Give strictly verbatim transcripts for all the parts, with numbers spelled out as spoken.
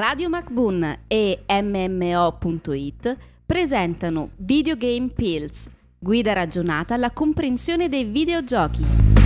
Radio MacBoon e M M O punto it presentano Videogame Pills, guida ragionata alla comprensione dei videogiochi.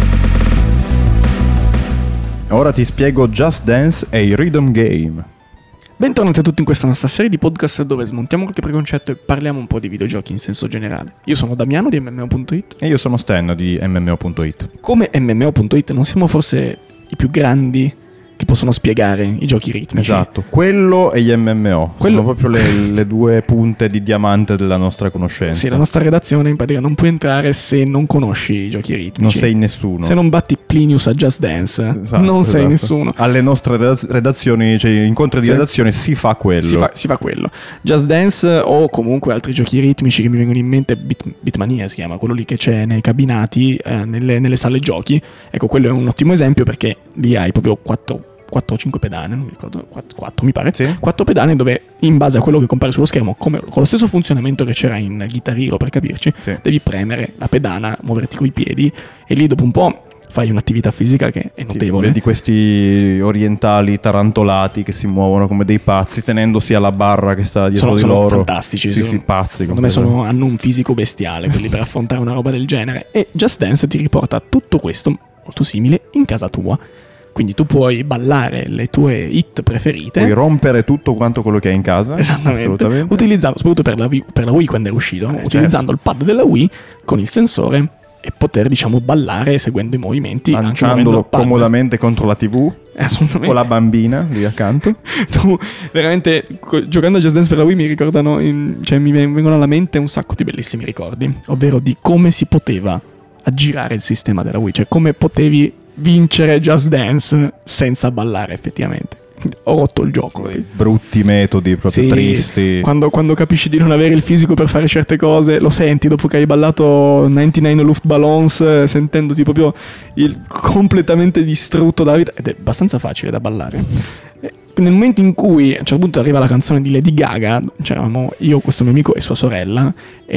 Ora ti spiego Just Dance e il Rhythm Game. Bentornati a tutti in questa nostra serie di podcast dove smontiamo qualche preconcetto e parliamo un po' di videogiochi in senso generale. Io sono Damiano di M M O punto it E io sono Stan di M M O punto it. Come M M O punto it non siamo forse i più grandi che possono spiegare i giochi ritmici. Esatto, quello e gli M M O quello... sono proprio le, le due punte di diamante della nostra conoscenza. Sì, la nostra redazione in pratica non può entrare se non conosci i giochi ritmici. Non sei nessuno. Se non batti Plinius a Just Dance, esatto, non sei esatto. nessuno. Alle nostre redazioni, cioè incontri di sì. redazione si fa quello. Si fa, si fa quello. Just Dance o comunque altri giochi ritmici che mi vengono in mente, Beat, Beatmania si chiama, quello lì che c'è nei cabinati, eh, nelle, nelle sale giochi. Ecco, quello è un ottimo esempio perché lì hai proprio quattro o cinque pedane, non mi ricordo, quattro mi pare, sì. quattro pedane dove in base a quello che compare sullo schermo, come, con lo stesso funzionamento che c'era in Guitar Hero per capirci, sì. devi premere la pedana, muoverti coi piedi e lì dopo un po' fai un'attività fisica che è notevole. Sì, di questi orientali tarantolati che si muovono come dei pazzi tenendosi alla barra che sta dietro sono, di sono loro. fantastici, sì, sono, sì, pazzi. Secondo me sono, hanno un fisico bestiale quelli per affrontare una roba del genere e Just Dance ti riporta tutto questo molto simile in casa tua. Quindi tu puoi ballare le tue hit preferite. Puoi rompere tutto quanto quello che hai in casa. Esattamente. Utilizzando, soprattutto per la Wii, per la Wii quando è uscito, eh, utilizzando certo. il pad della Wii con il sensore e poter, diciamo, ballare seguendo i movimenti. Lanciandolo comodamente contro la tivù. Assolutamente. Con la bambina lì accanto. Tu, veramente, giocando a Just Dance per la Wii mi ricordano, in, cioè mi vengono alla mente un sacco di bellissimi ricordi. Ovvero di come si poteva aggirare il sistema della Wii. Cioè come potevi vincere Just Dance senza ballare effettivamente. Ho rotto il gioco. Quei brutti metodi proprio sì, tristi. Quando, quando capisci di non avere il fisico per fare certe cose, lo senti dopo che hai ballato novantanove Luftballons, sentendoti proprio il, completamente distrutto dalla vita. Ed è abbastanza facile da ballare. Nel momento in cui a un certo punto arriva la canzone di Lady Gaga, c'eravamo io, questo mio amico e sua sorella,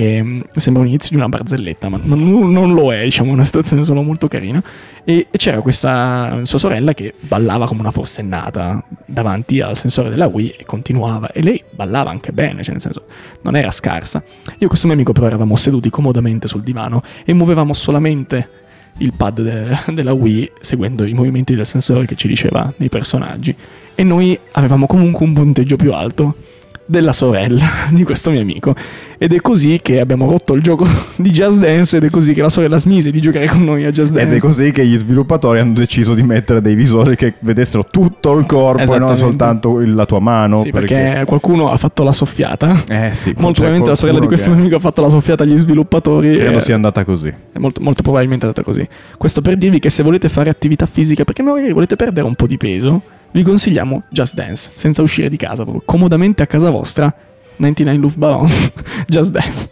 e sembra l'inizio di una barzelletta, ma non, non lo è, diciamo, è una situazione solo molto carina. E, e c'era questa sua sorella che ballava come una forsennata davanti al sensore della Wii e continuava, e lei ballava anche bene, cioè nel senso non era scarsa. Io e questo mio amico però eravamo seduti comodamente sul divano e muovevamo solamente il pad de- della Wii seguendo i movimenti del sensore che ci diceva dei personaggi. E noi avevamo comunque un punteggio più alto della sorella di questo mio amico. Ed è così che abbiamo rotto il gioco di Just Dance ed è così che la sorella smise di giocare con noi a Just Dance. Ed è così che gli sviluppatori hanno deciso di mettere dei visori che vedessero tutto il corpo e non soltanto la tua mano. Sì, perché, perché qualcuno ha fatto la soffiata. Eh sì. Molto probabilmente la sorella di questo mio amico ha fatto la soffiata agli sviluppatori. Credo sia andata così. È molto, molto probabilmente è andata così. Questo per dirvi che se volete fare attività fisica, perché magari volete perdere un po' di peso, vi consigliamo Just Dance, senza uscire di casa, proprio comodamente a casa vostra. novantanove Luftballons, Just Dance.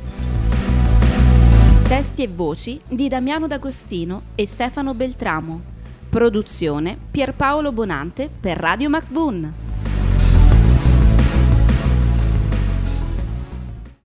Testi e voci di Damiano D'Agostino e Stefano Beltramo. Produzione Pierpaolo Bonante per Radio MacBoon.